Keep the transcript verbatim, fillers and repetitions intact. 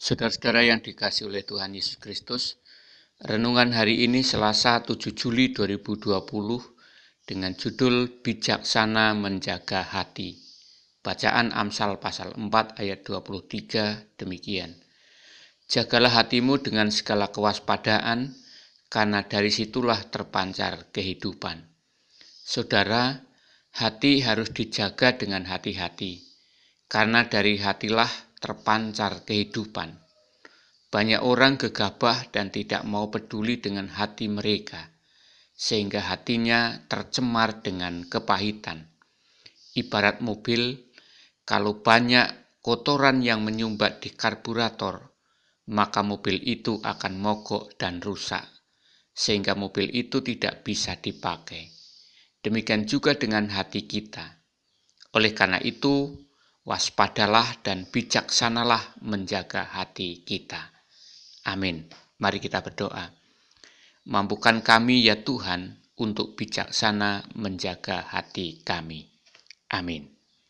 Saudara-saudara yang dikasihi oleh Tuhan Yesus Kristus, renungan hari ini Selasa tujuh Juli dua ribu dua puluh dengan judul Bijaksana Menjaga Hati. Bacaan Amsal pasal empat ayat dua puluh tiga demikian. Jagalah hatimu dengan segala kewaspadaan, karena dari situlah terpancar kehidupan. Saudara, hati harus dijaga dengan hati-hati, karena dari hatilah terpancar kehidupan. Banyak orang gegabah dan tidak mau peduli dengan hati mereka, sehingga hatinya tercemar dengan kepahitan. Ibarat mobil, kalau banyak kotoran yang menyumbat di karburator, maka mobil itu akan mogok dan rusak, sehingga mobil itu tidak bisa dipakai. Demikian juga dengan hati kita. Oleh karena itu, waspadalah dan bijaksanalah menjaga hati kita. Amin. Mari kita berdoa. Mampukan kami ya Tuhan untuk bijaksana menjaga hati kami. Amin.